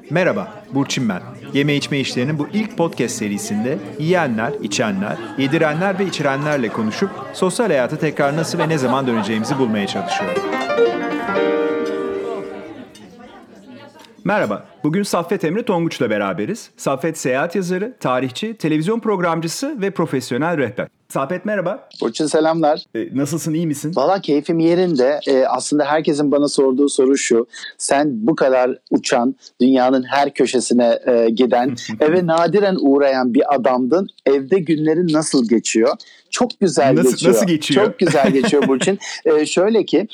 Merhaba, Burçin ben. Yeme içme işlerinin bu ilk podcast serisinde yiyenler, içenler, yedirenler ve içirenlerle konuşup sosyal hayata tekrar nasıl ve ne zaman döneceğimizi bulmaya çalışıyorum. Merhaba, bugün Saffet Emre Tonguç'la beraberiz. Saffet seyahat yazarı, tarihçi, televizyon programcısı ve profesyonel rehber. Saffet merhaba. Burçin selamlar. Nasılsın, iyi misin? Valla keyfim yerinde. Aslında herkesin bana sorduğu soru şu. Sen bu kadar uçan, dünyanın her köşesine giden, eve nadiren uğrayan bir adamdın. Evde günlerin nasıl geçiyor? Çok güzel geçiyor. Nasıl geçiyor? Çok güzel geçiyor Burçin. Şöyle ki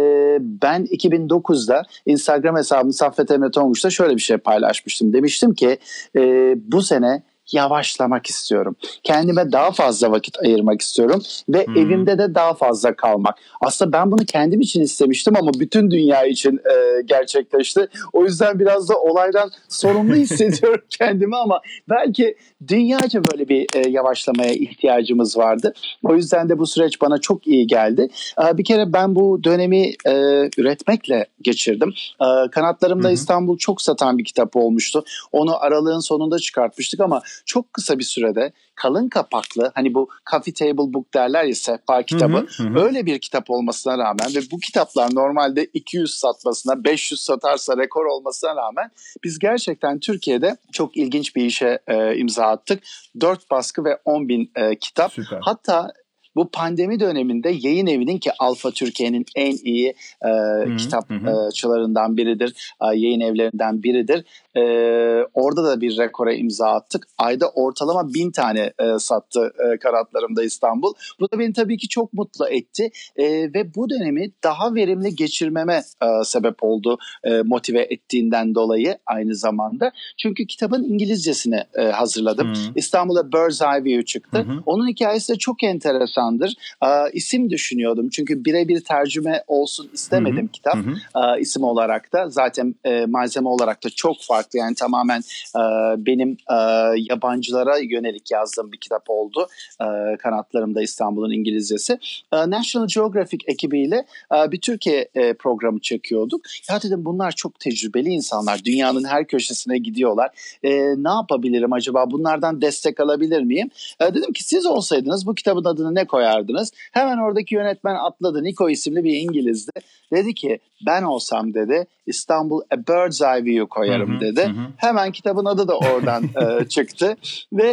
ben 2009'da Instagram hesabım Saffet Emre Tonguç'ta şöyle bir şey paylaşmıştım. Demiştim ki bu sene yavaşlamak istiyorum. Kendime daha fazla vakit ayırmak istiyorum ve evimde de daha fazla kalmak. Aslında ben bunu kendim için istemiştim ama bütün dünya için gerçekleşti. O yüzden biraz da olaydan sorumlu hissediyorum kendimi ama belki dünyaca böyle bir yavaşlamaya ihtiyacımız vardı. O yüzden de bu süreç bana çok iyi geldi. Bir kere ben bu dönemi üretmekle geçirdim. Kanatlarımda İstanbul çok satan bir kitap olmuştu. Onu aralığın sonunda çıkartmıştık ama çok kısa bir sürede kalın kapaklı, hani bu coffee table book derler ya, sehpa kitabı, öyle bir kitap olmasına rağmen ve bu kitaplar normalde 200 satmasına, 500 satarsa rekor olmasına rağmen biz gerçekten Türkiye'de çok ilginç bir işe imza attık. 4 baskı ve 10.000 kitap. Süper. Hatta bu pandemi döneminde Yayın Evi'nin, ki Alfa Türkiye'nin en iyi kitapçılarından biridir, yayın evlerinden biridir. Orada da bir rekora imza attık. Ayda ortalama 1000 tane sattı kanatlarımda İstanbul. Bu da beni tabii ki çok mutlu etti ve bu dönemi daha verimli geçirmeme sebep oldu, motive ettiğinden dolayı aynı zamanda. Çünkü kitabın İngilizcesini hazırladım. İstanbul'a Bird's Eye View çıktı. Onun hikayesi de çok enteresandır. İsim düşünüyordum çünkü birebir tercüme olsun istemedim kitap. İsim olarak da zaten malzeme olarak da çok farklı. Yani tamamen benim yabancılara yönelik yazdığım bir kitap oldu. Kanatlarımda İstanbul'un İngilizcesi. National Geographic ekibiyle bir Türkiye programı çekiyorduk. Ya dedim, bunlar çok tecrübeli insanlar. Dünyanın her köşesine gidiyorlar. Ne yapabilirim acaba? Bunlardan destek alabilir miyim? Dedim ki siz olsaydınız bu kitabın adını ne koyardınız? Hemen oradaki yönetmen atladı. Nico isimli bir İngilizdi. Dedi ki ben olsam dedi İstanbul A Bird's Eye View koyarım dedi. Hemen kitabın adı da oradan çıktı ve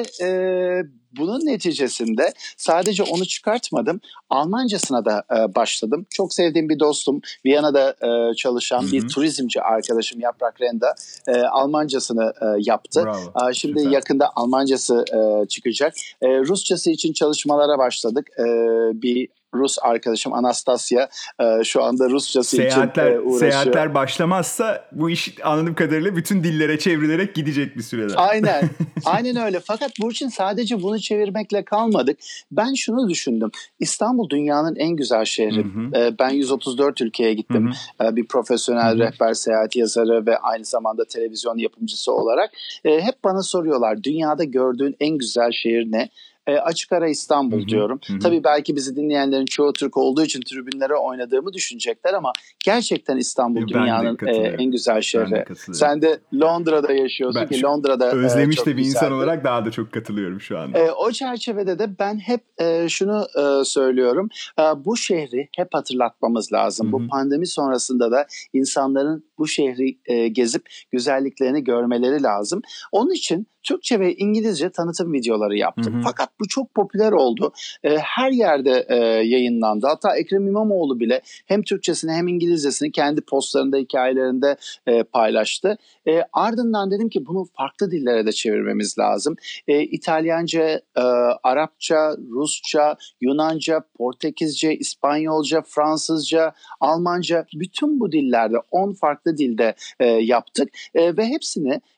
bunun neticesinde sadece onu çıkartmadım, Almancasına da başladım. Çok sevdiğim bir dostum, Viyana'da çalışan bir turizmci arkadaşım Yaprak Renda Almancasını yaptı. Bravo, şimdi süper. yakında Almancası çıkacak. Rusçası için çalışmalara başladık. Bir Rus arkadaşım Anastasia şu anda Rusçası için uğraşıyor. Seyahatler başlamazsa bu iş anladığım kadarıyla bütün dillere çevrilerek gidecek bir süredir. Aynen öyle. Fakat Burçin sadece bunu çevirmekle kalmadık. Ben şunu düşündüm. İstanbul dünyanın en güzel şehri. Ben 134 ülkeye gittim. Bir profesyonel rehber, seyahat yazarı ve aynı zamanda televizyon yapımcısı olarak. Hep bana soruyorlar, dünyada gördüğün en güzel şehir ne? Açık ara İstanbul diyorum. Tabii belki bizi dinleyenlerin çoğu Türk olduğu için tribünlere oynadığımı düşünecekler ama gerçekten İstanbul dünyanın en güzel şehri. Sen de Londra'da yaşıyorsun ki Londra'da özlemiş çok de bir güzeldi. insan olarak daha da çok katılıyorum şu anda. O çerçevede de ben hep şunu söylüyorum. Bu şehri hep hatırlatmamız lazım. Bu pandemi sonrasında da insanların bu şehri gezip güzelliklerini görmeleri lazım. Onun için Türkçe ve İngilizce tanıtım videoları yaptım. Fakat bu çok popüler oldu. Her yerde yayınlandı. Hatta Ekrem İmamoğlu bile hem Türkçesini hem İngilizcesini kendi postlarında, hikayelerinde paylaştı. Ardından dedim ki bunu farklı dillere de çevirmemiz lazım. İtalyanca, Arapça, Rusça, Yunanca, Portekizce, İspanyolca, Fransızca, Almanca, bütün bu dillerde 10 farklı dilde yaptık ve hepsini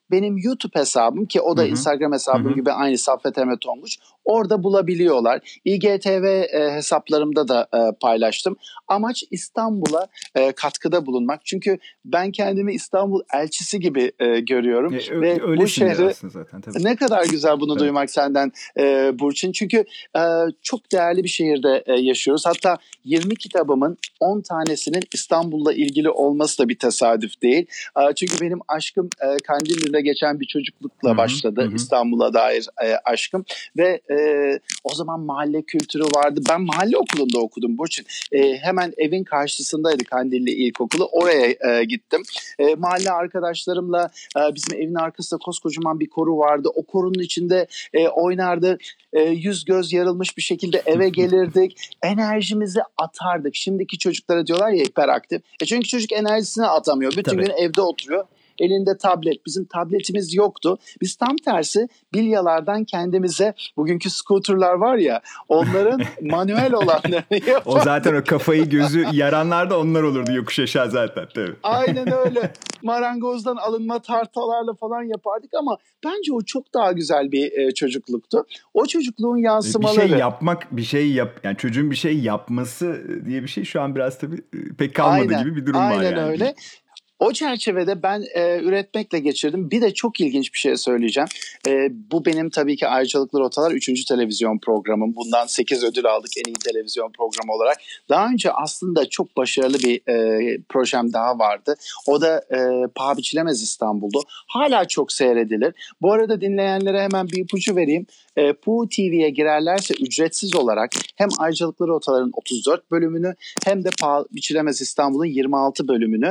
benim YouTube hesabım, ki o da Instagram hesabım gibi aynı, Saffet Emre Tonguç, orada bulabiliyorlar. İGTV hesaplarımda da paylaştım. Amaç İstanbul'a katkıda bulunmak. Çünkü ben kendimi İstanbul elçisi gibi görüyorum. Ve bu şehri zaten, tabii. Ne kadar güzel bunu duymak senden Burçin. Çünkü çok değerli bir şehirde yaşıyoruz. Hatta 20 kitabımın 10 tanesinin İstanbul'la ilgili olması da bir tesadüf değil. Çünkü benim aşkım Kandilli'de geçen bir çocuklukla başladı. İstanbul'a dair aşkım. Ve o zaman mahalle kültürü vardı. Ben mahalle okulunda okudum Burçin. Hemen evin karşısındaydı Kandilli İlkokulu. Oraya gittim. Mahalle arkadaşlarımla bizim evin arkasında koskocaman bir koru vardı. O korunun içinde oynardı. Yüz göz yarılmış bir şekilde eve gelirdik. Enerjimizi atardık. Şimdiki çocuklara diyorlar ya hiperaktif. Çünkü çocuk enerjisini atamıyor. Bütün gün evde oturuyor. Elinde tablet. Bizim tabletimiz yoktu. Biz tam tersi bilyalardan kendimize, bugünkü scooterlar var ya, onların manuel olanlarını yapardık. O zaten o kafayı gözü yaranlar da onlar olurdu yokuş aşağı zaten. Tabii. Aynen öyle. Marangozdan alınma tahtalarla falan yapardık ama bence o çok daha güzel bir çocukluktu. O çocukluğun yansımaları. Yani çocuğun bir şey yapması diye bir şey şu an biraz tabii pek kalmadı gibi bir durum var yani. Aynen öyle. O çerçevede ben üretmekle geçirdim. Bir de çok ilginç bir şey söyleyeceğim. Bu benim tabii ki Ayrıcalıklı Rotalar 3. televizyon programım. Bundan 8 ödül aldık en iyi televizyon programı olarak. Daha önce aslında çok başarılı bir projem daha vardı. O da Paha Biçilemez İstanbul'du. Hala çok seyredilir. Bu arada dinleyenlere hemen bir ipucu vereyim. Puhu TV'ye girerlerse ücretsiz olarak hem Ayrıcalıklı Rotalar'ın 34 bölümünü hem de Paha Biçilemez İstanbul'un 26 bölümünü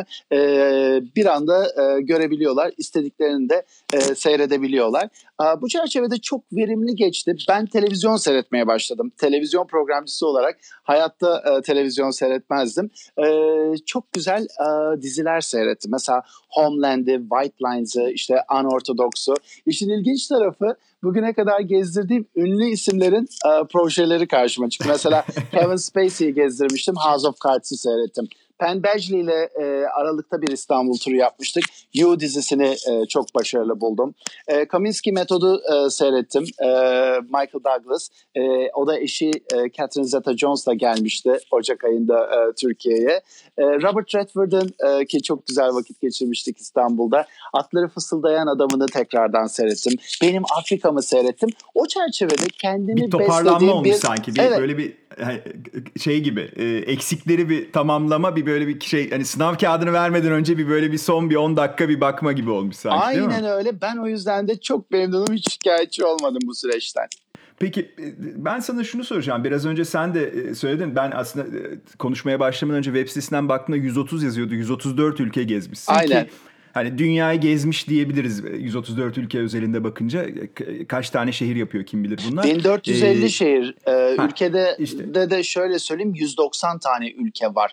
bir anda görebiliyorlar. İstediklerini de seyredebiliyorlar. Bu çerçevede çok verimli geçti. Ben televizyon seyretmeye başladım. Televizyon programcısı olarak hayatta televizyon seyretmezdim. Çok güzel diziler seyrettim. Mesela Homeland'i, White Lines'ı, işte Unorthodox'u. İşin ilginç tarafı, bugüne kadar gezdirdiğim ünlü isimlerin projeleri karşıma çıktı. Mesela Kevin Spacey'i gezdirmiştim. House of Cards'ı seyrettim. Penn Badgley ile Aralık'ta bir İstanbul turu yapmıştık. You dizisini çok başarılı buldum. Kaminski Metodu seyrettim. Michael Douglas. O da eşi Catherine Zeta-Jones'la gelmişti Ocak ayında Türkiye'ye. Robert Redford'un ki çok güzel vakit geçirmiştik İstanbul'da. Atları Fısıldayan Adamını tekrardan seyrettim. Benim Afrika'mı seyrettim. O çerçevede kendimi bir toparlanma beslediğim olmuş sanki. Böyle bir şey gibi eksikleri bir tamamlama, bir böyle bir şey, hani sınav kağıdını vermeden önce bir böyle bir son bir 10 dakika bir bakma gibi olmuş sanki. Aynen değil mi? öyle. Ben o yüzden de çok memnunum. Hiç şikayetçi olmadım bu süreçten. Peki ben sana şunu soracağım. Biraz önce sen de söyledin. Ben aslında konuşmaya başlamadan önce web sitesinden baktığımda 130 yazıyordu. 134 ülke gezmişsin. Aynen. Ki hani dünyayı gezmiş diyebiliriz 134 ülke özelinde bakınca. Kaç tane şehir yapıyor kim bilir bunlar. 1450 şehir. Ülkede işte. de şöyle söyleyeyim, 190 tane ülke var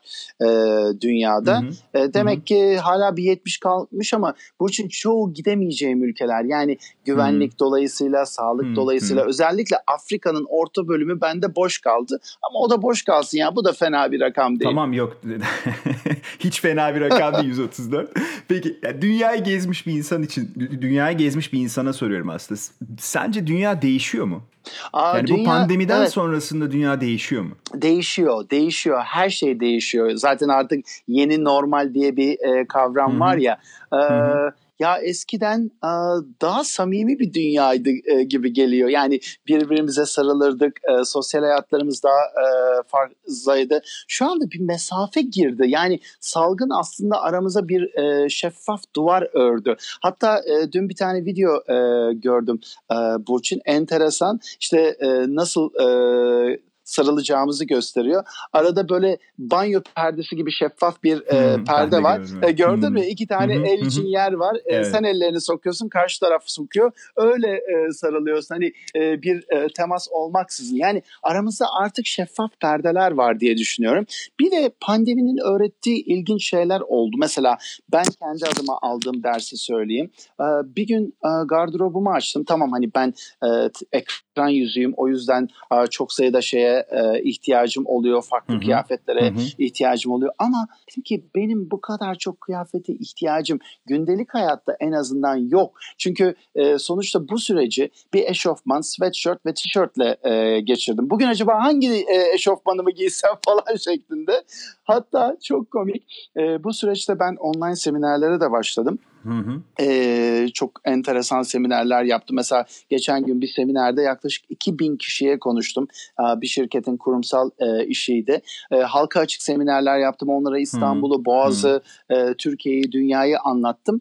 dünyada. Demek ki hala bir 70 kalmış ama bu için çoğu gidemeyeceğim ülkeler. Yani güvenlik dolayısıyla, sağlık dolayısıyla, özellikle Afrika'nın orta bölümü bende boş kaldı. Ama o da boş kalsın ya. Bu da fena bir rakam değil. Tamam, yok. Hiç fena bir rakam değil 134. Peki dünyayı gezmiş bir insan için, dünyayı gezmiş bir insana soruyorum aslında. Sence dünya değişiyor mu? Yani bu pandemiden sonrasında dünya değişiyor mu? Değişiyor. Her şey değişiyor. Zaten artık yeni normal diye bir kavram var ya. Ya eskiden daha samimi bir dünyaydı gibi geliyor. Yani birbirimize sarılırdık. Sosyal hayatlarımız daha fazlaydı. Şu anda bir mesafe girdi. Yani salgın aslında aramıza bir şeffaf duvar ördü. Hatta dün bir tane video gördüm Burçin. Enteresan. İşte nasıl sarılacağımızı gösteriyor. Arada böyle banyo perdesi gibi şeffaf bir perde var. Gördün mü? 2 tane el için yer var. Evet. Sen ellerini sokuyorsun, karşı taraf sokuyor. Öyle sarılıyorsun. Hani bir temas olmaksızın. Yani aramızda artık şeffaf perdeler var diye düşünüyorum. Bir de pandeminin öğrettiği ilginç şeyler oldu. Mesela ben kendi adıma aldığım dersi söyleyeyim. Bir gün gardırobumu açtım. Tamam, hani ben ekran yüzüyüm. O yüzden çok sayıda şeye ihtiyacım oluyor. Farklı kıyafetlere ihtiyacım oluyor. Ama dedim ki benim bu kadar çok kıyafete ihtiyacım gündelik hayatta en azından yok. Çünkü sonuçta bu süreci bir eşofman, sweatshirt ve tişörtle geçirdim. Bugün acaba hangi eşofmanımı giysem falan şeklinde. Hatta çok komik. Bu süreçte ben online seminerlere de başladım. Çok enteresan seminerler yaptım. Mesela geçen gün bir seminerde yaklaşık 2000 kişiye konuştum. Bir şirketin kurumsal işiydi. Halka açık seminerler yaptım. Onlara İstanbul'u, Boğaz'ı, Türkiye'yi, dünyayı anlattım.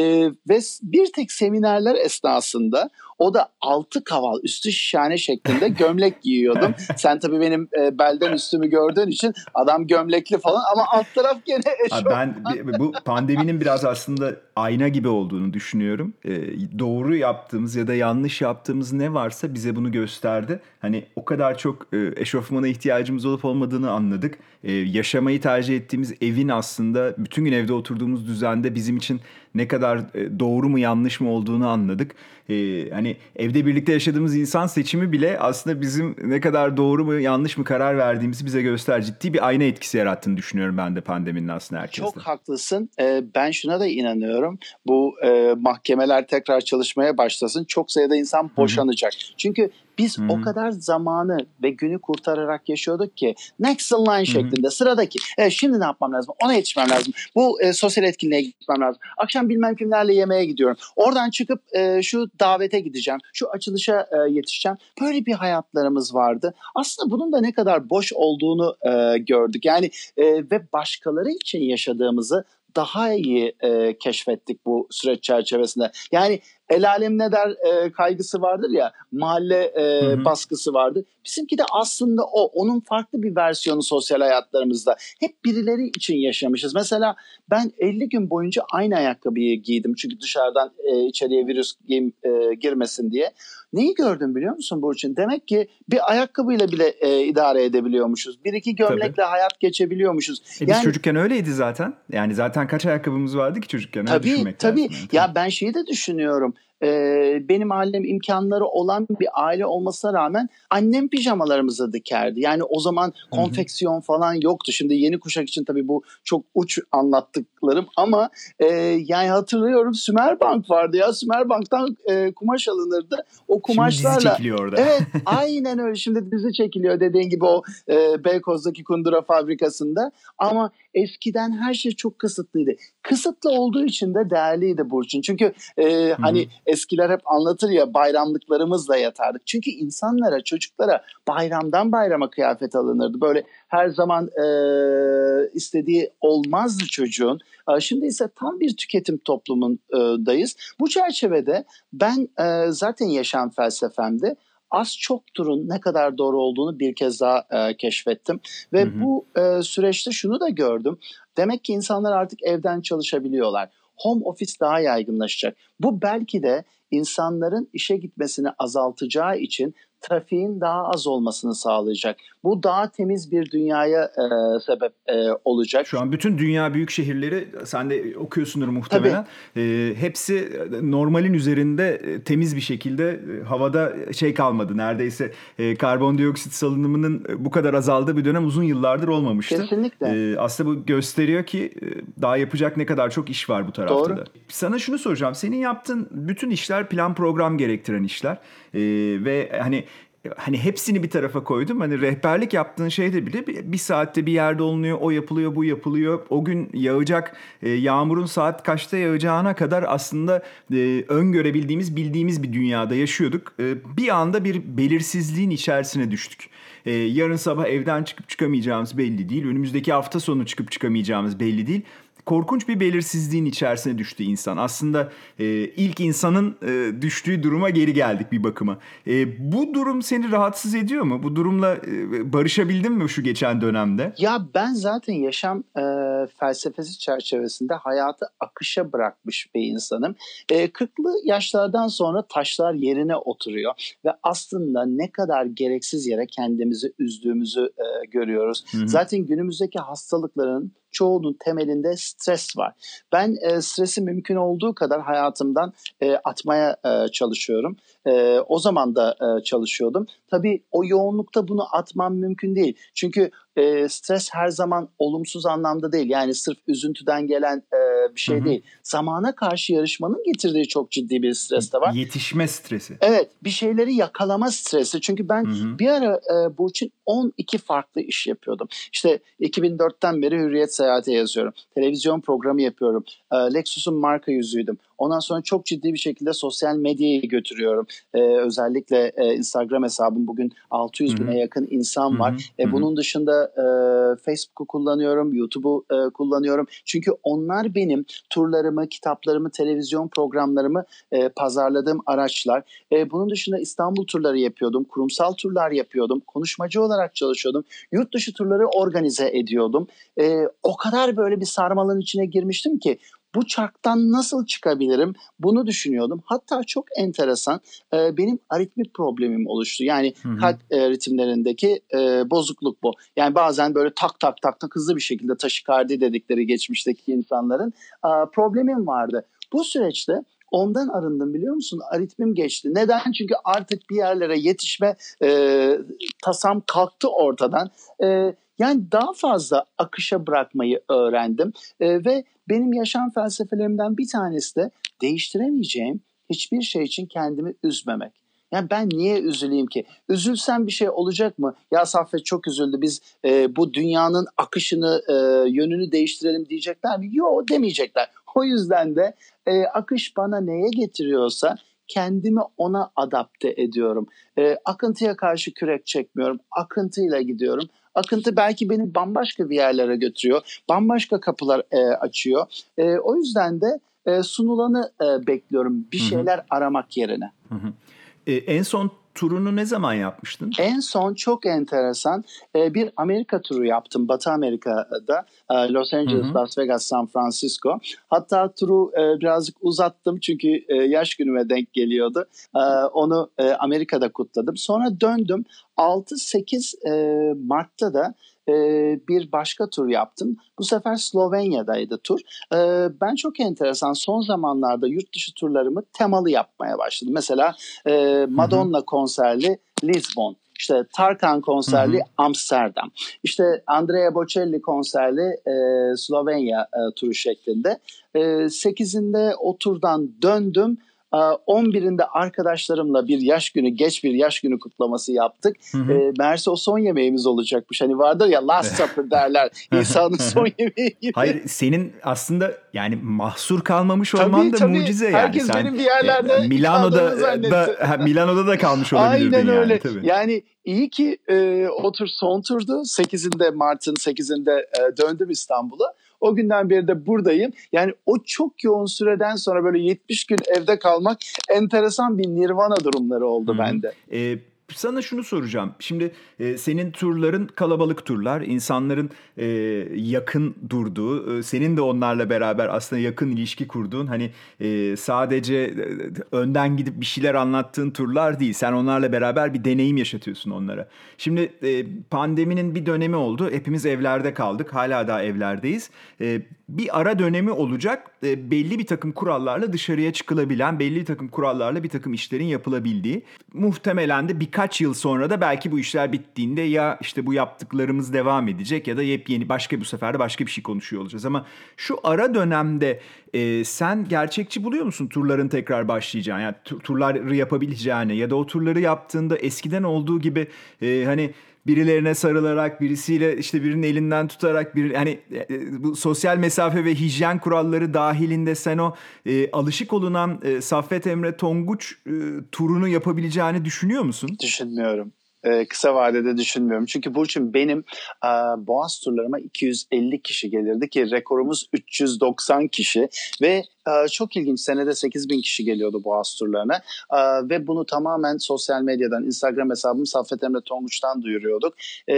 Ve bir tek seminerler esnasında o da 6 kaval üstü şişhane şeklinde gömlek giyiyordum. Sen tabii benim belden üstümü gördüğün için adam gömlekli falan ama alt taraf gene eşofman. Ben bu pandeminin biraz aslında ayna gibi olduğunu düşünüyorum. Doğru yaptığımız ya da yanlış yaptığımız ne varsa bize bunu gösterdi. Hani o kadar çok eşofmana ihtiyacımız olup olmadığını anladık. Yaşamayı tercih ettiğimiz evin aslında bütün gün evde oturduğumuz düzende bizim için ne kadar doğru mu yanlış mı olduğunu anladık. Hani evde birlikte yaşadığımız insan seçimi bile aslında bizim ne kadar doğru mu yanlış mı karar verdiğimizi bize göster. Ciddi bir ayna etkisi yarattığını düşünüyorum ben de pandeminin aslında herkeste. Çok haklısın. Ben şuna da inanıyorum. Bu mahkemeler tekrar çalışmaya başlasın. Çok sayıda insan boşanacak. Çünkü biz o kadar zamanı ve günü kurtararak yaşıyorduk ki next in line şeklinde sıradaki. Şimdi ne yapmam lazım? Ona yetişmem lazım. Bu sosyal etkinliğe gitmem lazım. Akşam bilmem kimlerle yemeğe gidiyorum. Oradan çıkıp şu davete gideceğim. Şu açılışa yetişeceğim. Böyle bir hayatlarımız vardı. Aslında bunun da ne kadar boş olduğunu gördük. Yani ve başkaları için yaşadığımızı daha iyi keşfettik bu süreç çerçevesinde. Yani el alem ne der kaygısı vardır ya, mahalle baskısı vardır. Bizimki de aslında onun farklı bir versiyonu sosyal hayatlarımızda. Hep birileri için yaşamışız. Mesela ben 50 gün boyunca aynı ayakkabıyı giydim. Çünkü dışarıdan içeriye virüs girmesin diye. Neyi gördüm biliyor musun Burçin? Demek ki bir ayakkabıyla bile idare edebiliyormuşuz. Bir iki gömlekle hayat geçebiliyormuşuz. Biz çocukken öyleydi zaten. Yani zaten kaç ayakkabımız vardı ki çocukken? Tabii. Yani. Ya ben şeyi de düşünüyorum. Benim ailem imkanları olan bir aile olmasına rağmen annem pijamalarımızı dikerdi. Yani o zaman konfeksiyon falan yoktu. Şimdi yeni kuşak için tabii bu çok uç anlattıklarım ama yani hatırlıyorum Sümerbank vardı ya. Sümerbank'tan kumaş alınırdı. O kumaşlarla. Şimdi dizi çekiliyor orada. Evet, aynen öyle. Şimdi dizi çekiliyor dediğin gibi o Beykoz'daki kundura fabrikasında. Ama eskiden her şey çok kısıtlıydı. Kısıtlı olduğu için de değerliydi Burçin. Çünkü hani eskiler hep anlatır ya, bayramlıklarımızla yatardık. Çünkü insanlara, çocuklara bayramdan bayrama kıyafet alınırdı. Böyle her zaman istediği olmazdı çocuğun. Şimdi ise tam bir tüketim toplumundayız. Bu çerçevede ben zaten yaşam felsefemde az çokturun ne kadar doğru olduğunu bir kez daha keşfettim. Ve bu süreçte şunu da gördüm. Demek ki insanlar artık evden çalışabiliyorlar. Home office daha yaygınlaşacak. Bu belki de insanların işe gitmesini azaltacağı için trafiğin daha az olmasını sağlayacak. Bu daha temiz bir dünyaya sebep olacak. Şu an bütün dünya büyük şehirleri, sen de okuyorsundur muhtemelen. Hepsi normalin üzerinde temiz bir şekilde, havada kalmadı. Neredeyse karbondioksit salınımının bu kadar azaldığı bir dönem uzun yıllardır olmamıştı. Kesinlikle. Aslında bu gösteriyor ki daha yapacak ne kadar çok iş var bu tarafta Doğru. da. Sana şunu soracağım. Senin yaptığın bütün işler plan program gerektiren işler. Ve hani hepsini bir tarafa koydum. Hani rehberlik yaptığın şeyde bile bir saatte bir yerde olunuyor, o yapılıyor, bu yapılıyor. O gün yağacak yağmurun saat kaçta yağacağına kadar aslında öngörebildiğimiz, bildiğimiz bir dünyada yaşıyorduk. Bir anda bir belirsizliğin içerisine düştük. Yarın sabah evden çıkıp çıkamayacağımız belli değil. Önümüzdeki hafta sonu çıkıp çıkamayacağımız belli değil. Korkunç bir belirsizliğin içerisine düştü insan. Aslında ilk insanın düştüğü duruma geri geldik bir bakıma. Bu durum seni rahatsız ediyor mu? Bu durumla barışabildin mi şu geçen dönemde? Ya ben zaten yaşam felsefesi çerçevesinde hayatı akışa bırakmış bir insanım. 40'lı yaşlardan sonra taşlar yerine oturuyor ve aslında ne kadar gereksiz yere kendimizi üzdüğümüzü görüyoruz. Zaten günümüzdeki hastalıkların çoğunun temelinde stres var. Ben stresi mümkün olduğu kadar hayatımdan atmaya çalışıyorum. O zaman da çalışıyordum. Tabii o yoğunlukta bunu atmam mümkün değil. Çünkü stres her zaman olumsuz anlamda değil. Yani sırf üzüntüden gelen bir şey değil. Zamana karşı yarışmanın getirdiği çok ciddi bir stres de var. Yetişme stresi. Evet, bir şeyleri yakalama stresi. Çünkü ben bir ara Burçin 12 farklı iş yapıyordum. İşte 2004'ten beri Hürriyet Seyahat'e yazıyorum. Televizyon programı yapıyorum. Lexus'un marka yüzüydüm. Ondan sonra çok ciddi bir şekilde sosyal medyayı götürüyorum. Özellikle Instagram hesabım bugün 600 bine yakın insan var. Bunun dışında Facebook'u kullanıyorum, YouTube'u kullanıyorum. Çünkü onlar benim turlarımı, kitaplarımı, televizyon programlarımı pazarladığım araçlar. Bunun dışında İstanbul turları yapıyordum, kurumsal turlar yapıyordum, konuşmacı olarak çalışıyordum, yurt dışı turları organize ediyordum. O kadar böyle bir sarmalın içine girmiştim ki bu çarktan nasıl çıkabilirim bunu düşünüyordum. Hatta çok enteresan benim aritmik problemim oluştu. Yani kalp ritimlerindeki bozukluk bu. Yani bazen böyle tak tak tak tak hızlı bir şekilde taşikardi dedikleri geçmişteki insanların problemim vardı. Bu süreçte ondan arındım, biliyor musun? Aritmim geçti. Neden? Çünkü artık bir yerlere yetişme tasam kalktı ortadan. Yani daha fazla akışa bırakmayı öğrendim. Ve benim yaşam felsefelerimden bir tanesi de değiştiremeyeceğim hiçbir şey için kendimi üzmemek. Yani ben niye üzüleyim ki? Üzülsem bir şey olacak mı? Ya Saffet çok üzüldü, biz bu dünyanın akışını, yönünü değiştirelim diyecekler mi? Yok, demeyecekler. O yüzden de akış bana neye getiriyorsa kendimi ona adapte ediyorum. Akıntıya karşı kürek çekmiyorum. Akıntıyla gidiyorum. Akıntı belki beni bambaşka bir yerlere götürüyor. Bambaşka kapılar açıyor. O yüzden de sunulanı bekliyorum. Bir şeyler aramak yerine. En son turunu ne zaman yapmıştın? En son çok enteresan bir Amerika turu yaptım. Batı Amerika'da Los Angeles, Las Vegas, San Francisco. Hatta turu birazcık uzattım çünkü yaş günüme denk geliyordu. Onu Amerika'da kutladım. Sonra döndüm. 6-8 Mart'ta da bir başka tur yaptım. Bu sefer Slovenya'daydı tur. Ben çok enteresan son zamanlarda yurt dışı turlarımı temalı yapmaya başladım. Mesela Madonna konserli Lisbon, İşte Tarkan konserli Amsterdam, İşte Andrea Bocelli konserli Slovenya turu şeklinde. 8'inde o turdan döndüm. 11'inde arkadaşlarımla geç bir yaş günü kutlaması yaptık. Meğerse o son yemeğimiz olacakmış. Hani vardır ya, last supper derler. İnsanın son yemeği gibi. Hayır, senin aslında yani mahsur kalmamış olman da mucize yani. Herkes benim bir yerlerde Milano'da da kalmış olabilirdin. Aynen öyle. Yani, tabii. Yani iyi ki o tur son turdu. 8'inde Mart'ın 8'inde döndüm İstanbul'a. O günden beri de buradayım. Yani o çok yoğun süreden sonra böyle 70 gün evde kalmak enteresan bir nirvana durumları oldu bende. Sana şunu soracağım. Şimdi senin turların kalabalık turlar, insanların yakın durduğu, senin de onlarla beraber aslında yakın ilişki kurduğun, hani sadece önden gidip bir şeyler anlattığın turlar değil. Sen onlarla beraber bir deneyim yaşatıyorsun onlara. Şimdi pandeminin bir dönemi oldu. Hepimiz evlerde kaldık. Hala daha evlerdeyiz. Bir ara dönemi olacak. Belli bir takım kurallarla dışarıya çıkılabilen, belli bir takım kurallarla bir takım işlerin yapılabildiği. Muhtemelen de birkaç yıl sonra da belki bu işler bittiğinde ya işte bu yaptıklarımız devam edecek ya da yepyeni bu sefer de başka bir şey konuşuyor olacağız. Ama şu ara dönemde sen gerçekçi buluyor musun turların tekrar başlayacağını, yani turları yapabileceğini ya da o turları yaptığında eskiden olduğu gibi hani birilerine sarılarak, birisiyle işte birinin elinden tutarak, hani bu sosyal mesafe ve hijyen kuralları dahilinde sen o alışık olunan Saffet Emre Tonguç turunu yapabileceğini düşünüyor musun? Düşünmüyorum. Kısa vadede düşünmüyorum. Çünkü Burçin, benim Boğaz turlarıma 250 kişi gelirdi ki rekorumuz 390 kişi ve çok ilginç. Senede 8.000 kişi geliyordu Boğaz turlarına. Ve bunu tamamen sosyal medyadan, Instagram hesabım Saffet Emre Tonguç'tan duyuruyorduk.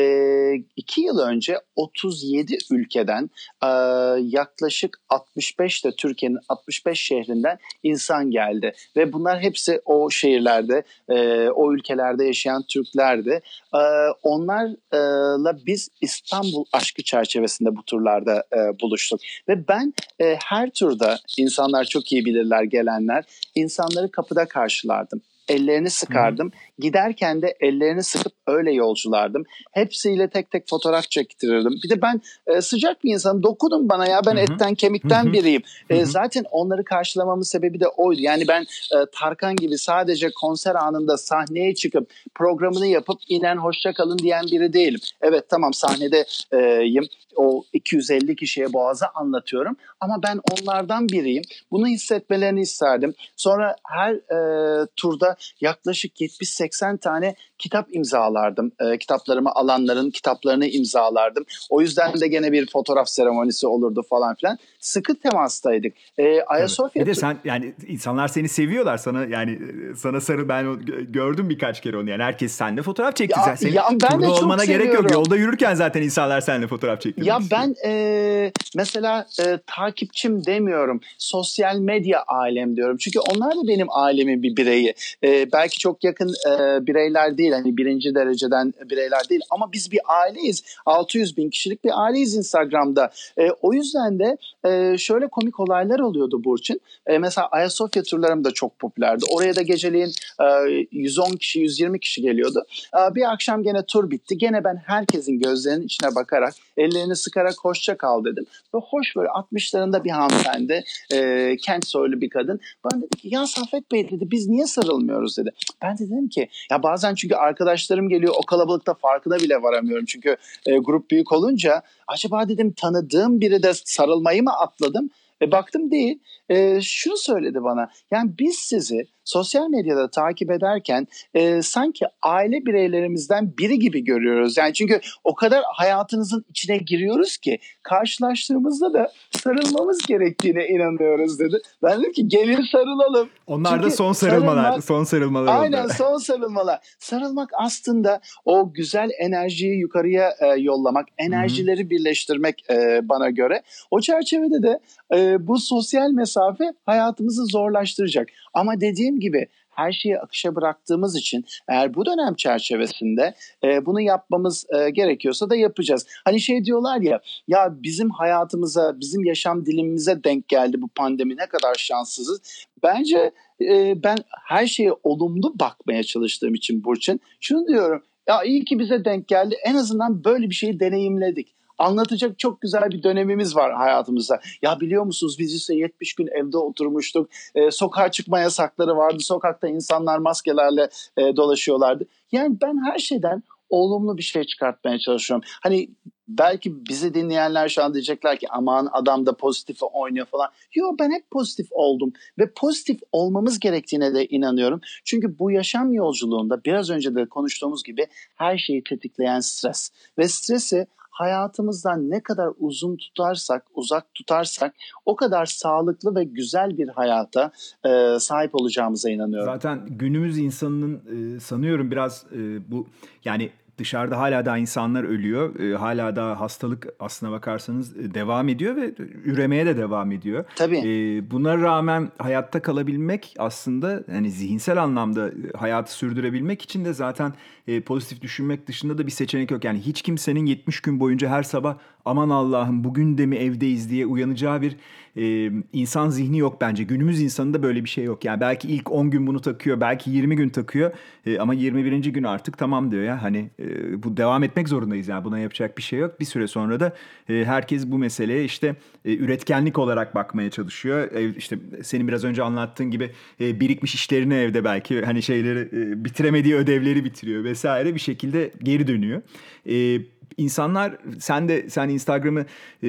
2 yıl önce 37 ülkeden yaklaşık 65 de Türkiye'nin 65 şehrinden insan geldi. Ve bunlar hepsi o şehirlerde, o ülkelerde yaşayan Türklerdi. Onlarla biz İstanbul aşkı çerçevesinde bu turlarda buluştuk. Ve ben her turda, insanlar çok iyi bilirler gelenler, insanları kapıda karşılardım. Ellerini sıkardım. Giderken de ellerini sıkıp öyle yolculardım. Hepsiyle tek tek fotoğraf çektirirdim. Bir de ben sıcak bir insanım. Dokunun bana ya, ben etten kemikten biriyim. Zaten onları karşılamamın sebebi de oydu. Yani ben Tarkan gibi sadece konser anında sahneye çıkıp programını yapıp inen hoşça kalın diyen biri değilim. Evet, tamam, sahnedeyim. O 250 kişiye Boğaz'ı anlatıyorum. Ama ben onlardan biriyim. Bunu hissetmelerini isterdim. Sonra her turda yaklaşık 70-80 tane kitap imzalardım. Kitaplarımı alanların kitaplarını imzalardım. O yüzden de gene bir fotoğraf seremonisi olurdu falan filan. Sıkı temastaydık. Ayasofya... Bir de sen, yani insanlar seni seviyorlar, sana yani sana sarı, ben gördüm birkaç kere onu. Yani herkes seninle fotoğraf çekti. Senin ben turda olmana gerek yok. Yolda yürürken zaten insanlar seninle fotoğraf çekti. Ya ben mesela takipçim demiyorum. Sosyal medya ailem diyorum. Çünkü onlar da benim ailemin bir bireyi. Belki çok yakın bireyler değil. Hani birinci dereceden bireyler değil. Ama biz bir aileyiz. 600 bin kişilik bir aileyiz Instagram'da. O yüzden de şöyle komik olaylar oluyordu Burçin. Mesela Ayasofya turlarım da çok popülerdi. Oraya da geceleyin 110 kişi, 120 kişi geliyordu. Bir akşam gene tur bitti. Gene ben herkesin gözlerinin içine bakarak, ellerini sıkarak hoşça kal dedim. Ve hoş, böyle 60'larında bir hanımefendi, kent soylu bir kadın. Bana dedi ki, ya Saffet Bey dedi, biz niye sarılmıyoruz dedi. Ben de dedim ki, ya bazen çünkü arkadaşlarım geliyor, o kalabalıkta farkına bile varamıyorum. Çünkü grup büyük olunca acaba dedim tanıdığım biri de sarılmayı mı atladım? Baktım değil. Şunu söyledi bana. Yani biz sizi sosyal medyada takip ederken sanki aile bireylerimizden biri gibi görüyoruz. Yani çünkü o kadar hayatınızın içine giriyoruz ki karşılaştığımızda da sarılmamız gerektiğine inanıyoruz dedi. Ben dedim ki gelin sarılalım. Onlar çünkü da son sarılmalar. Son sarılmalar aynen oldu. Son sarılmalar. Sarılmak aslında o güzel enerjiyi yukarıya yollamak, enerjileri birleştirmek bana göre. O çerçevede de bu sosyal mesafe hayatımızı zorlaştıracak. Ama dediğim gibi her şeyi akışa bıraktığımız için eğer bu dönem çerçevesinde bunu yapmamız gerekiyorsa da yapacağız. Hani şey diyorlar ya bizim hayatımıza, bizim yaşam dilimimize denk geldi bu pandemi, ne kadar şanssızız. Bence ben her şeye olumlu bakmaya çalıştığım için Burçin şunu diyorum, ya iyi ki bize denk geldi, en azından böyle bir şeyi deneyimledik. Anlatacak çok güzel bir dönemimiz var hayatımızda. Ya biliyor musunuz, biz ise 70 gün evde oturmuştuk. Sokağa çıkma yasakları vardı. Sokakta insanlar maskelerle dolaşıyorlardı. Yani ben her şeyden olumlu bir şey çıkartmaya çalışıyorum. Hani belki bizi dinleyenler şu an diyecekler ki aman adam da pozitife oynuyor falan. Yok, ben hep pozitif oldum ve pozitif olmamız gerektiğine de inanıyorum. Çünkü bu yaşam yolculuğunda biraz önce de konuştuğumuz gibi her şeyi tetikleyen stres ve stresi hayatımızdan ne kadar uzak tutarsak o kadar sağlıklı ve güzel bir hayata sahip olacağımıza inanıyorum. Zaten günümüz insanının sanıyorum biraz bu, yani dışarıda hala daha insanlar ölüyor. Hala daha hastalık aslına bakarsanız devam ediyor ve üremeye de devam ediyor. Tabii. Buna rağmen hayatta kalabilmek aslında, yani zihinsel anlamda hayatı sürdürebilmek için de zaten pozitif düşünmek dışında da bir seçenek yok. Yani hiç kimsenin 70 gün boyunca her sabah aman Allah'ım bugün de mi evdeyiz diye uyanacağı bir insan zihni yok bence. Günümüz insanında böyle bir şey yok. Yani belki ilk 10 gün bunu takıyor, belki 20 gün takıyor ama 21. gün artık tamam diyor ya. Hani bu devam etmek zorundayız, yani buna yapacak bir şey yok. Bir süre sonra da herkes bu meseleye işte üretkenlik olarak bakmaya çalışıyor. İşte senin biraz önce anlattığın gibi birikmiş işlerini evde belki hani şeyleri bitiremediği ödevleri bitiriyor vesaire, bir şekilde geri dönüyor. İnsanlar, sen Instagram'ı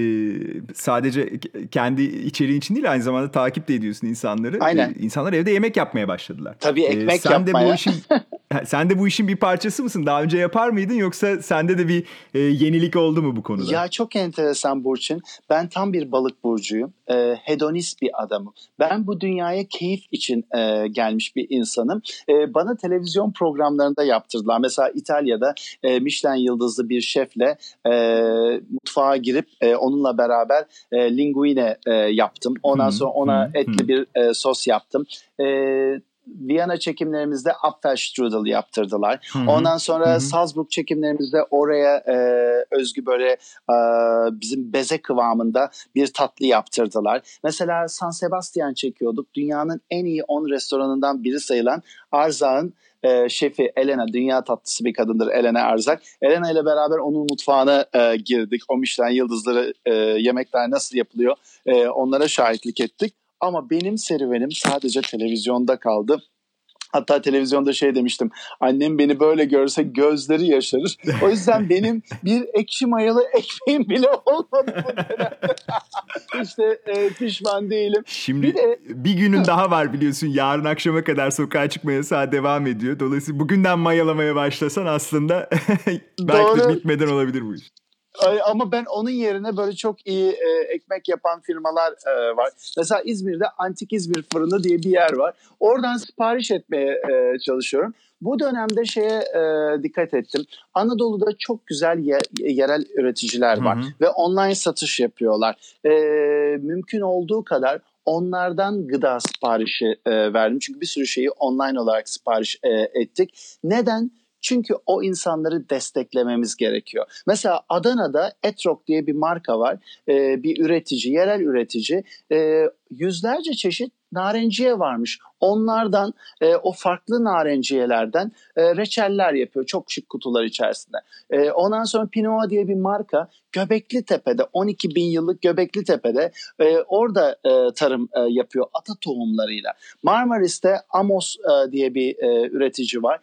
sadece kendi içeriğin için değil, aynı zamanda takip de ediyorsun insanları. Aynen. İnsanlar evde yemek yapmaya başladılar. Tabii, ekmek sen yapmaya. De bu işin Sen de bu işin bir parçası mısın? Daha önce yapar mıydın yoksa sende de bir yenilik oldu mu bu konuda? Ya çok enteresan Burçin. Ben tam bir balık burcuyum. Hedonist bir adamım. Ben bu dünyaya keyif için gelmiş bir insanım. Bana televizyon programlarında yaptırdılar. Mesela İtalya'da Michelin yıldızlı bir şefle mutfağa girip onunla beraber linguine yaptım. Ondan sonra ona etli bir sos yaptım. Viyana çekimlerimizde Apfelstrudel yaptırdılar. Ondan sonra Salzburg çekimlerimizde oraya özgü böyle bizim beze kıvamında bir tatlı yaptırdılar. Mesela San Sebastian çekiyorduk. Dünyanın en iyi 10 restoranından biri sayılan Arzak'ın şefi Elena, dünya tatlısı bir kadındır Elena Arzak. Elena ile beraber onun mutfağına girdik. O Michelin yıldızları yemekler nasıl yapılıyor onlara şahitlik ettik. Ama benim serüvenim sadece televizyonda kaldı. Hatta televizyonda şey demiştim. Annem beni böyle görse gözleri yaşarır. O yüzden benim bir ekşi mayalı ekmeğim bile olmadı bu dönemde. İşte pişman değilim. Şimdi bir günün daha var biliyorsun. Yarın akşama kadar sokağa çıkma yasağı devam ediyor. Dolayısıyla bugünden mayalamaya başlasan aslında belki de bitmeden olabilir bu iş. Ama ben onun yerine böyle çok iyi ekmek yapan firmalar var. Mesela İzmir'de Antik İzmir Fırını diye bir yer var. Oradan sipariş etmeye çalışıyorum. Bu dönemde şeye dikkat ettim. Anadolu'da çok güzel yerel üreticiler var. Ve online satış yapıyorlar. Mümkün olduğu kadar onlardan gıda siparişi verdim. Çünkü bir sürü şeyi online olarak sipariş ettik. Neden? Çünkü o insanları desteklememiz gerekiyor. Mesela Adana'da Etrok diye bir marka var. Bir üretici, yerel üretici. Yüzlerce çeşit narenciye varmış. Onlardan o farklı narenciyelerden reçeller yapıyor. Çok şık kutular içerisinde. Ondan sonra Pinot diye bir marka Göbeklitepe'de 12 bin yıllık Göbeklitepe'de orada tarım yapıyor ata tohumlarıyla. Marmaris'te Amos diye bir üretici var.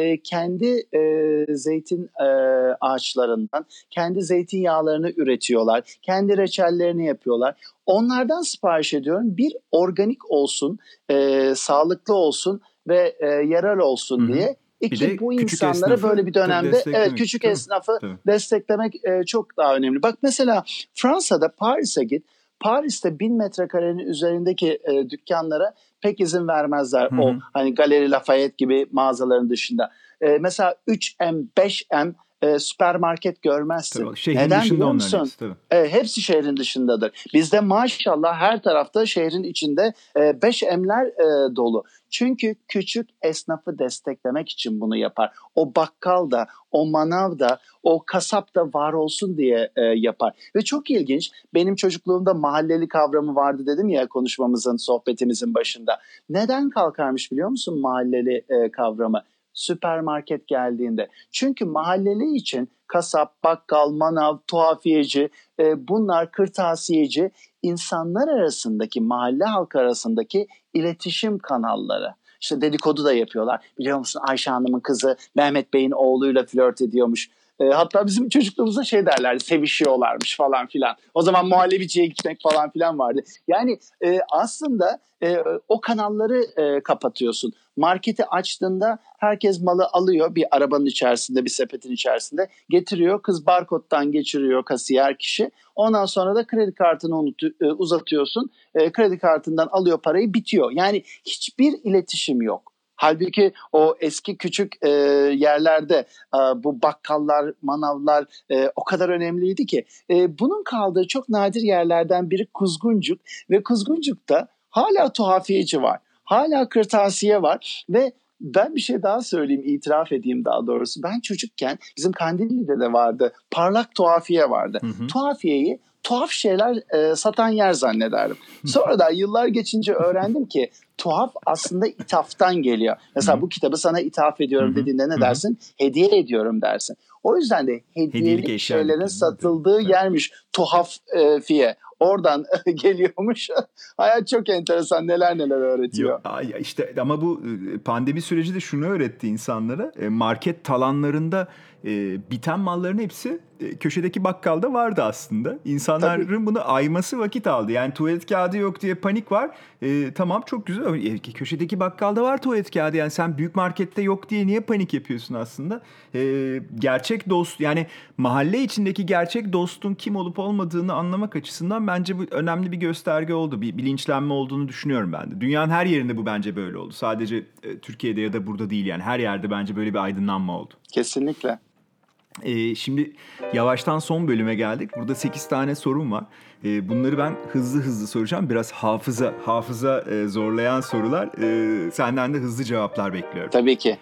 Kendi zeytin ağaçlarından kendi zeytinyağlarını üretiyorlar. Kendi reçellerini yapıyorlar. Onlardan sipariş ediyorum. Bir organik olsun, sağlıklı olsun ve yerel olsun diye. İki, bu insanlara böyle bir dönemde küçük esnafı desteklemek çok daha önemli. Bak mesela Fransa'da Paris'e git. Paris'te 1000 metrekarenin üzerindeki dükkanlara pek izin vermezler. O hani Galeri Lafayette gibi mağazaların dışında. Mesela 3M, 5M süpermarket görmezsin. Neden biliyor musun? Hepsi şehrin dışındadır. Bizde maşallah her tarafta şehrin içinde 5M'ler dolu. Çünkü küçük esnafı desteklemek için bunu yapar. O bakkal da, o manav da, o kasap da var olsun diye yapar. Ve çok ilginç, benim çocukluğumda mahalleli kavramı vardı dedim ya konuşmamızın, sohbetimizin başında. Neden kalkarmış biliyor musun mahalleli kavramı? Süpermarket geldiğinde. Çünkü mahalleli için kasap, bakkal, manav, tuhafiyeci, bunlar kırtasiyeci insanlar arasındaki, mahalle halkı arasındaki iletişim kanalları. İşte dedikodu da yapıyorlar. Biliyor musun Ayşe Hanım'ın kızı Mehmet Bey'in oğluyla flört ediyormuş. Hatta bizim çocukluğumuzda şey derlerdi, sevişiyorlarmış falan filan. O zaman muhallebiciye gitmek falan filan vardı. Yani aslında o kanalları kapatıyorsun. Marketi açtığında herkes malı alıyor bir arabanın içerisinde, bir sepetin içerisinde getiriyor. Kız barkodtan geçiriyor kasiyer kişi. Ondan sonra da kredi kartını uzatıyorsun. Kredi kartından alıyor parayı, bitiyor. Yani hiçbir iletişim yok. Halbuki o eski küçük yerlerde bu bakkallar, manavlar o kadar önemliydi ki. Bunun kaldığı çok nadir yerlerden biri Kuzguncuk ve Kuzguncuk'ta hala tuhafiyeci var. Hala kırtasiye var ve ben bir şey daha söyleyeyim, itiraf edeyim daha doğrusu. Ben çocukken bizim Kandilli'de de vardı. Parlak tuhafiye vardı. Tuhafiyeyi tuhaf şeyler satan yer zannederdim. Sonra da yıllar geçince öğrendim ki tuhaf aslında ithaftan geliyor. Mesela bu kitabı sana ithaf ediyorum dediğinde ne dersin? Hediye ediyorum dersin. O yüzden de hediyelik şeylerin satıldığı yermiş tuhafiye. Oradan geliyormuş. Hayat çok enteresan, neler neler öğretiyor. Yok, işte ama bu pandemi süreci de şunu öğretti insanlara. Market talanlarında biten malların hepsi köşedeki bakkalda vardı aslında. İnsanların Tabii. bunu ayması vakit aldı. Yani tuvalet kağıdı yok diye panik var. Tamam, çok güzel. Köşedeki bakkalda var tuvalet kağıdı. Yani sen büyük markette yok diye niye panik yapıyorsun aslında? Gerçek dost, yani mahalle içindeki gerçek dostun kim olup olmadığını anlamak açısından bence bu önemli bir gösterge oldu. Bir bilinçlenme olduğunu düşünüyorum ben de. Dünyanın her yerinde bu bence böyle oldu. Sadece Türkiye'de ya da burada değil, yani her yerde bence böyle bir aydınlanma oldu. Kesinlikle. Şimdi yavaştan son bölüme geldik. Burada 8 tane sorum var. Bunları ben hızlı soracağım. Biraz hafıza zorlayan sorular. Senden de hızlı cevaplar bekliyorum. Tabii ki.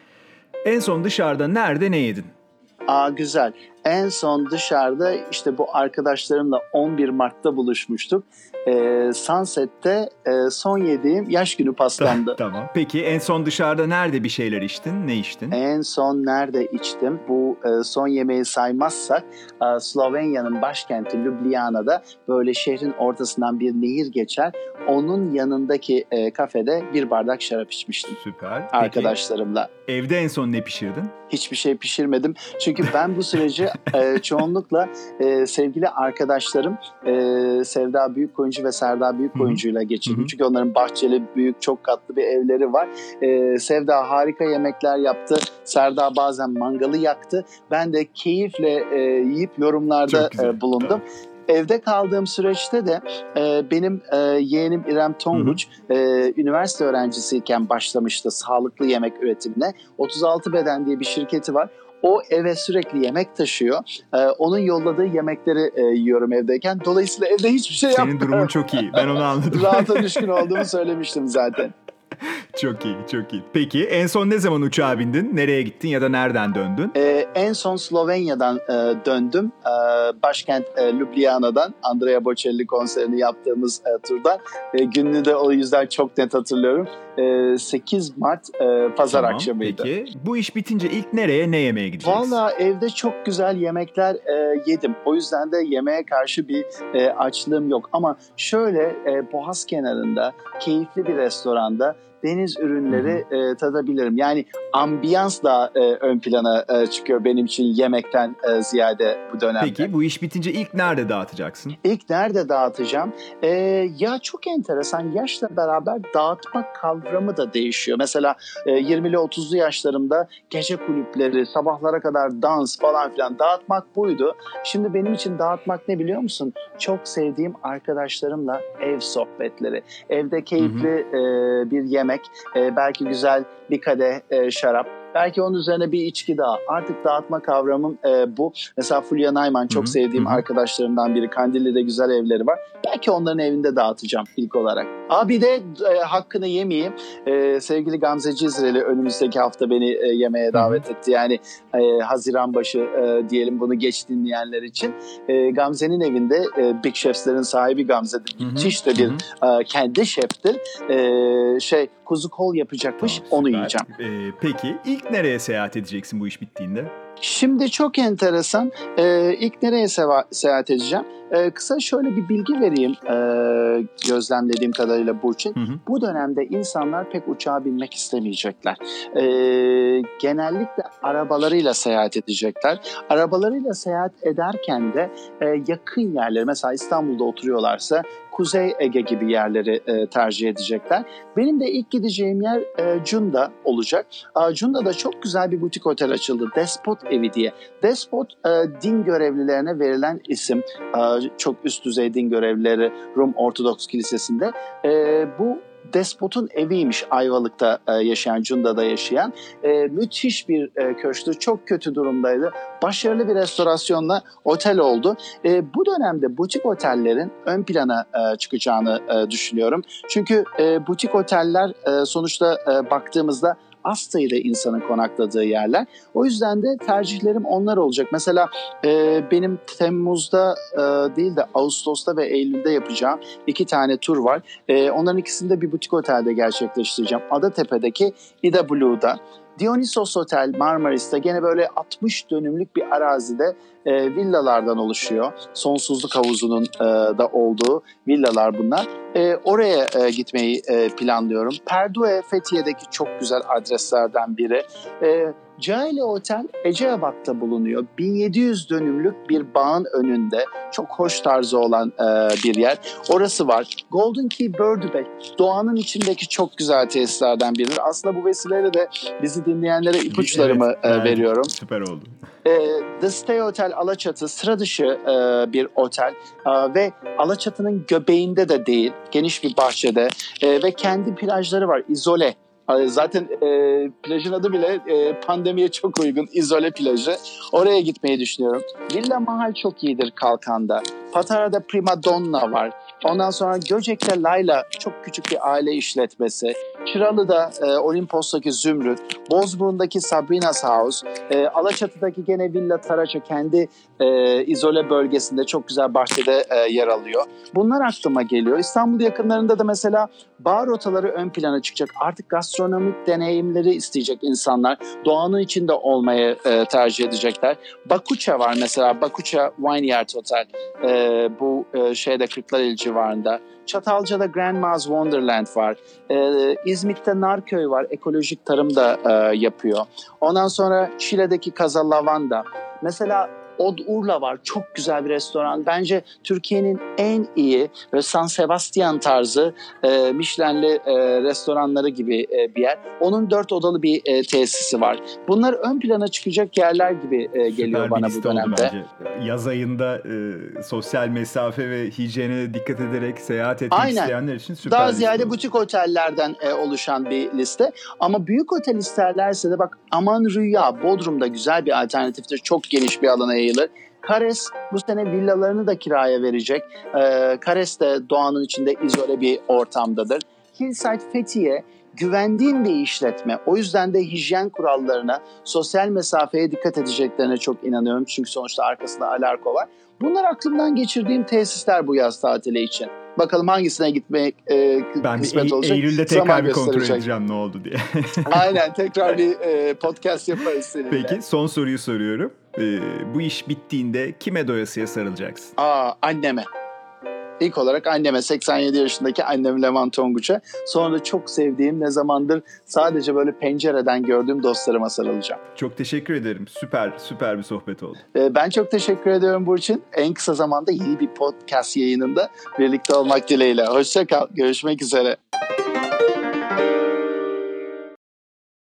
En son dışarıda nerede ne yedin? Güzel. En son dışarıda işte bu arkadaşlarımla 11 Mart'ta buluşmuştuk. Sunset'te son yediğim yaş günü pastamdı. Tamam. Peki en son dışarıda nerede bir şeyler içtin? Ne içtin? En son nerede içtim? Bu son yemeği saymazsak Slovenya'nın başkenti Ljubljana'da böyle şehrin ortasından bir nehir geçer. Onun yanındaki kafede bir bardak şarap içmiştim. Süper. Arkadaşlarımla. Peki, evde en son ne pişirdin? Hiçbir şey pişirmedim. Çünkü ben bu süreci çoğunlukla sevgili arkadaşlarım Sevda Büyükkoyuncu ve Serdar Büyükkoyuncu ile geçirdim. Hı-hı. Çünkü onların bahçeli, büyük, çok katlı bir evleri var. Sevda harika yemekler yaptı. Serdar bazen mangalı yaktı. Ben de keyifle yiyip yorumlarda bulundum. Tamam. Evde kaldığım süreçte de benim yeğenim İrem Tonguç üniversite öğrencisiyken başlamıştı sağlıklı yemek üretimine. 36 Beden diye bir şirketi var. O eve sürekli yemek taşıyor. Onun yolladığı yemekleri yiyorum evdeyken. Dolayısıyla evde hiçbir şey yapmıyorum. Senin durumun çok iyi. Ben onu anladım. Rahata düşkün olduğumu söylemiştim zaten. Çok iyi. Peki en son ne zaman uçağa bindin? Nereye gittin ya da nereden döndün? En son Slovenya'dan döndüm. Başkent Ljubljana'dan Andrea Bocelli konserini yaptığımız turdan. Gününü de o yüzden çok net hatırlıyorum. 8 Mart pazar akşamıydı. Peki bu iş bitince ilk nereye, ne yemeye gideceksin? Valla evde çok güzel yemekler yedim. O yüzden de yemeğe karşı bir açlığım yok. Ama şöyle Boğaz kenarında keyifli bir restoranda deniz ürünleri tadabilirim. Yani ambiyans da ön plana çıkıyor benim için yemekten ziyade bu dönemde. Peki bu iş bitince ilk nerede dağıtacaksın? İlk nerede dağıtacağım? Ya çok enteresan, yaşla beraber dağıtma kavramı da değişiyor. Mesela 20'li 30'lu yaşlarımda gece kulüpleri, sabahlara kadar dans falan filan dağıtmak buydu. Şimdi benim için dağıtmak ne biliyor musun? Çok sevdiğim arkadaşlarımla ev sohbetleri. Evde keyifli bir yemek, belki güzel bir kadeh şarap, belki onun üzerine bir içki daha. Artık dağıtma kavramım bu. Mesela Fulya Nayman çok sevdiğim arkadaşlarımdan biri. Kandilli'de güzel evleri var. Belki onların evinde dağıtacağım ilk olarak. Bir de hakkını yemeyeyim. Sevgili Gamze Cizreli önümüzdeki hafta beni yemeğe davet etti. Yani Haziran başı diyelim bunu geç dinleyenler için. Gamze'nin evinde Big Chefs'lerin sahibi Gamze'dir. Müthiş de bir kendi şeftir. Kuzu kol yapacakmış. Tamam, onu yiyeceğim. Peki ilk nereye seyahat edeceksin bu iş bittiğinde? Şimdi çok enteresan. İlk nereye seyahat edeceğim? Kısa şöyle bir bilgi vereyim gözlemlediğim kadarıyla Burçin. Bu dönemde insanlar pek uçağa binmek istemeyecekler. Genellikle arabalarıyla seyahat edecekler. Arabalarıyla seyahat ederken de yakın yerleri, mesela İstanbul'da oturuyorlarsa Kuzey Ege gibi yerleri tercih edecekler. Benim de ilk gideceğim yer Cunda olacak. Cunda'da çok güzel bir butik otel açıldı. Despot Evi diye. Despot din görevlilerine verilen isim. Çok üst düzey din görevlileri Rum Ortodoks Kilisesi'nde. Bu Despot'un eviymiş Ayvalık'ta yaşayan, Cunda'da yaşayan. Müthiş bir köşktü. Çok kötü durumdaydı. Başarılı bir restorasyonla otel oldu. Bu dönemde butik otellerin ön plana çıkacağını düşünüyorum. Çünkü butik oteller sonuçta baktığımızda az sayıda insanın konakladığı yerler. O yüzden de tercihlerim onlar olacak. Mesela benim Temmuz'da değil de Ağustos'ta ve Eylül'de yapacağım 2 tane tur var. Onların ikisini de bir butik otelde gerçekleştireceğim. Adatepe'deki Ida Blue'da. Dionysos Otel Marmaris'te gene böyle 60 dönümlük bir arazide villalardan oluşuyor. Sonsuzluk havuzunun da olduğu villalar bunlar. Oraya gitmeyi planlıyorum. Perdue Fethiye'deki çok güzel adreslerden biri. Caeli Otel Eceabat'ta bulunuyor. 1700 dönümlük bir bağın önünde. Çok hoş tarzı olan bir yer. Orası var. Golden Key Birdie Bay. Doğanın içindeki çok güzel tesislerden biridir. Aslında bu vesileyle de bizi dinleyenlere ipuçlarımı veriyorum. Süper oldu. The Stay Hotel Alaçatı sıra dışı bir otel ve Alaçatı'nın göbeğinde de değil, geniş bir bahçede ve kendi plajları var, izole. Zaten plajın adı bile pandemiye çok uygun, izole plajı. Oraya gitmeyi düşünüyorum. Villa Mahal çok iyidir Kalkan'da. Patara'da Prima Donna var. Ondan sonra Göcek'te Layla, çok küçük bir aile işletmesi. Çıralı'da Olimpos'taki Zümrüt, Bozburun'daki Sabrina's House, Alaçatı'daki gene Villa Taraça kendi izole bölgesinde çok güzel bahçede yer alıyor. Bunlar aklıma geliyor. İstanbul yakınlarında da mesela bar rotaları ön plana çıkacak. Artık gastronomik deneyimleri isteyecek insanlar. Doğanın içinde olmayı tercih edecekler. Bakuça var mesela. Bakuça Vineyard Hotel. Bu şeyde Kırklareli civarında. Çatalca'da Grandma's Wonderland var. İzmit'te Narköy var. Ekolojik tarım da yapıyor. Ondan sonra Şile'deki Casa Lavanda. Mesela Od Urla var. Çok güzel bir restoran. Bence Türkiye'nin en iyi ve San Sebastian tarzı Michelin'li restoranları gibi bir yer. Onun 4 odalı bir tesisi var. Bunlar ön plana çıkacak yerler gibi geliyor bana bu dönemde. Yaz ayında sosyal mesafe ve hijyene dikkat ederek seyahat etmek isteyenler için süper. Daha ziyade butik otellerden oluşan bir liste. Ama büyük otel isterlerse de bak Aman Rüya Bodrum'da güzel bir alternatiftir. Çok geniş bir alana yayılır. Kares bu sene villalarını da kiraya verecek. Kares de doğanın içinde izole bir ortamdadır. Hillside Fethiye güvendiğim bir işletme. O yüzden de hijyen kurallarına, sosyal mesafeye dikkat edeceklerine çok inanıyorum. Çünkü sonuçta arkasında Alarko var. Bunlar aklımdan geçirdiğim tesisler bu yaz tatili için. Bakalım hangisine gitmek kısmet olacak. Eylül'de tekrar bir kontrol edeceğim ne oldu diye. Aynen, tekrar bir podcast yaparız seninle. Peki son soruyu soruyorum. Bu iş bittiğinde kime doyasıya sarılacaksın? Anneme. İlk olarak anneme, 87 yaşındaki annem Leman Tonguç'a. Sonra da çok sevdiğim, ne zamandır sadece böyle pencereden gördüğüm dostlarıma sarılacağım. Çok teşekkür ederim. Süper bir sohbet oldu. Ben çok teşekkür ediyorum Burçin. En kısa zamanda yeni bir podcast yayınında birlikte olmak dileğiyle. Hoşça kal. Görüşmek üzere.